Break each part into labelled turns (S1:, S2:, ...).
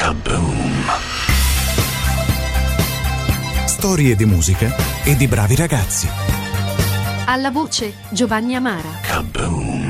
S1: Kaboom!
S2: Storie di musica e di bravi ragazzi.
S3: Alla voce Giovanni Amara.
S1: Kaboom!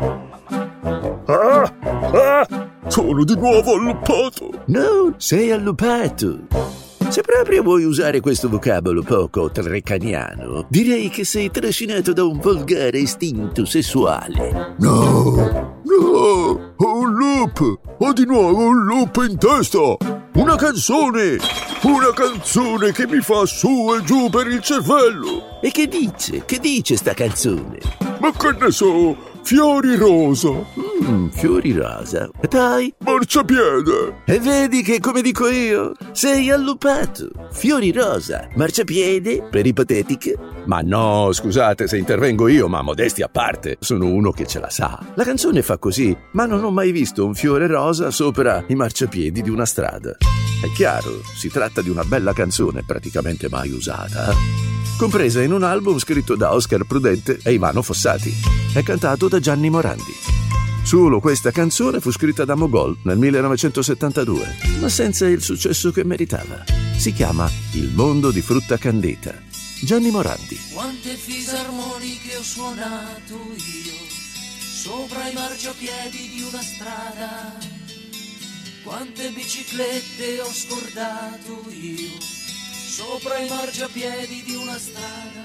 S4: Sono di nuovo alluppato.
S5: No, sei allupato. Se proprio vuoi usare questo vocabolo poco trecaniano, direi che sei trascinato da un volgare istinto sessuale.
S4: No, ho un loop. Ho di nuovo un loop in testa. Una canzone che mi fa su e giù per il cervello.
S5: E che dice? Che dice sta canzone?
S4: Ma che ne so, fiori rosa.
S5: Fiori rosa. E poi?
S4: Marciapiede.
S5: E vedi che, come dico io, sei allupato. Fiori rosa, marciapiede, peripatetiche. Ma no, scusate se intervengo io, ma modestia a parte, sono uno che ce la sa. La canzone fa così, ma non ho mai visto un fiore rosa sopra i marciapiedi di una strada. È chiaro, si tratta di una bella canzone, praticamente mai usata, compresa in un album scritto da Oscar Prudente e Ivano Fossati. È cantato da Gianni Morandi. Solo questa canzone fu scritta da Mogol nel 1972, ma senza il successo che meritava. Si chiama Il mondo di frutta candita. Gianni Morandi.
S6: Quante fisarmoniche ho suonato io sopra i marciapiedi di una strada, quante biciclette ho scordato io sopra i marciapiedi di una strada.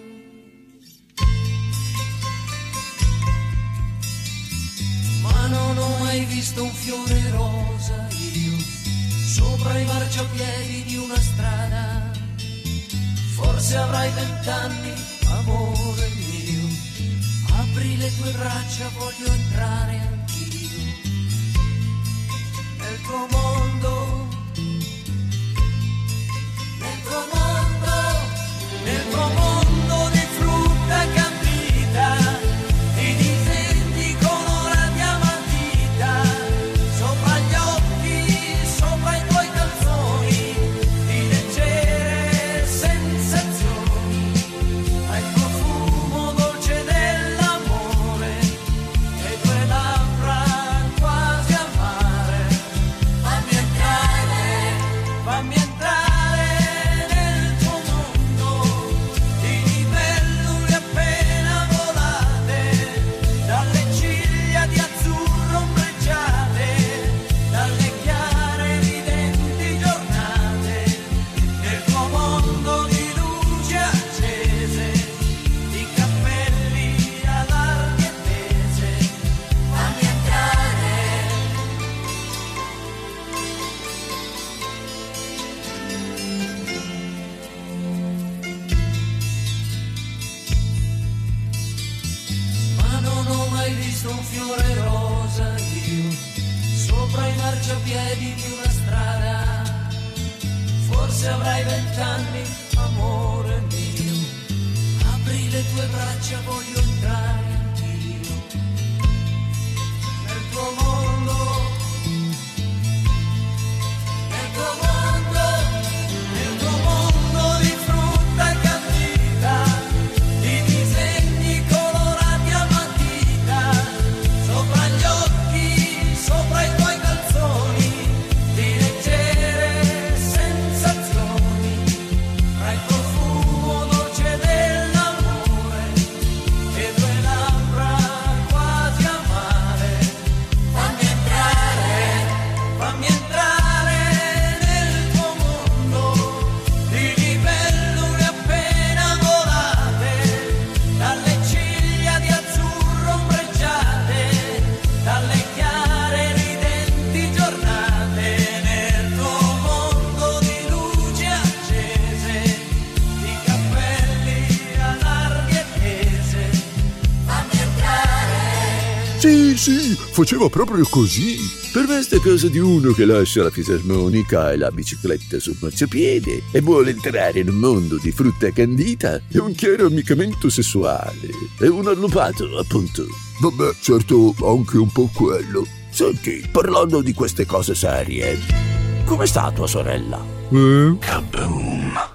S6: Ma non ho mai visto un fiore rosa io sopra i marciapiedi di una strada. Forse avrai 20 anni, amore mio, apri le tue braccia, voglio entrare anch'io nel tuo mondo, nel tuo mondo, nel tuo mondo di frutta candida, di disegni colorati a matita, sopra gli occhi, sopra i tuoi calzoni, di leggere sensazioni, al profumo dolce dell'amore e tue labbra quasi amare. Fammi entrare nel tuo mondo di libellule appena volate, dalle ciglia di azzurro ombreggiate, dalle chiare ridenti giornate, nel tuo mondo di luci accese, di cappelli a larghe tese. Fammi entrare. Ma non ho mai visto un fiore rosa io sopra i marciapiedi di una strada. Forse avrai 20 anni, amore mio, apri le tue braccia, voglio entrare anch'io nel tuo mondo, nel tuo mondo, nel tuo mondo di frutta candida, di disegni colorati a matita, sopra gli occhi, sopra i tuoi calzoni, di leggere sensazioni, tra il profumo dolce dell'amore e tue labbra quasi amare. Fammi entrare nel tuo mondo di libellule appena volate, dalle ciglia di azzurro ombreggiate, dalle chiare ridenti giornate, nel tuo mondo di luci accese, di cappelli a larghe tese. Fammi entrare.
S4: Sì, faceva proprio così.
S5: Per me sta cosa di uno che lascia la fisarmonica e la bicicletta sul marciapiede e vuole entrare in un mondo di frutta candita è un chiaro ammiccamento sessuale. È un allupato, appunto.
S4: Vabbè, certo, anche un po' quello.
S5: Senti, parlando di queste cose serie, come sta tua sorella?
S1: Kaboom!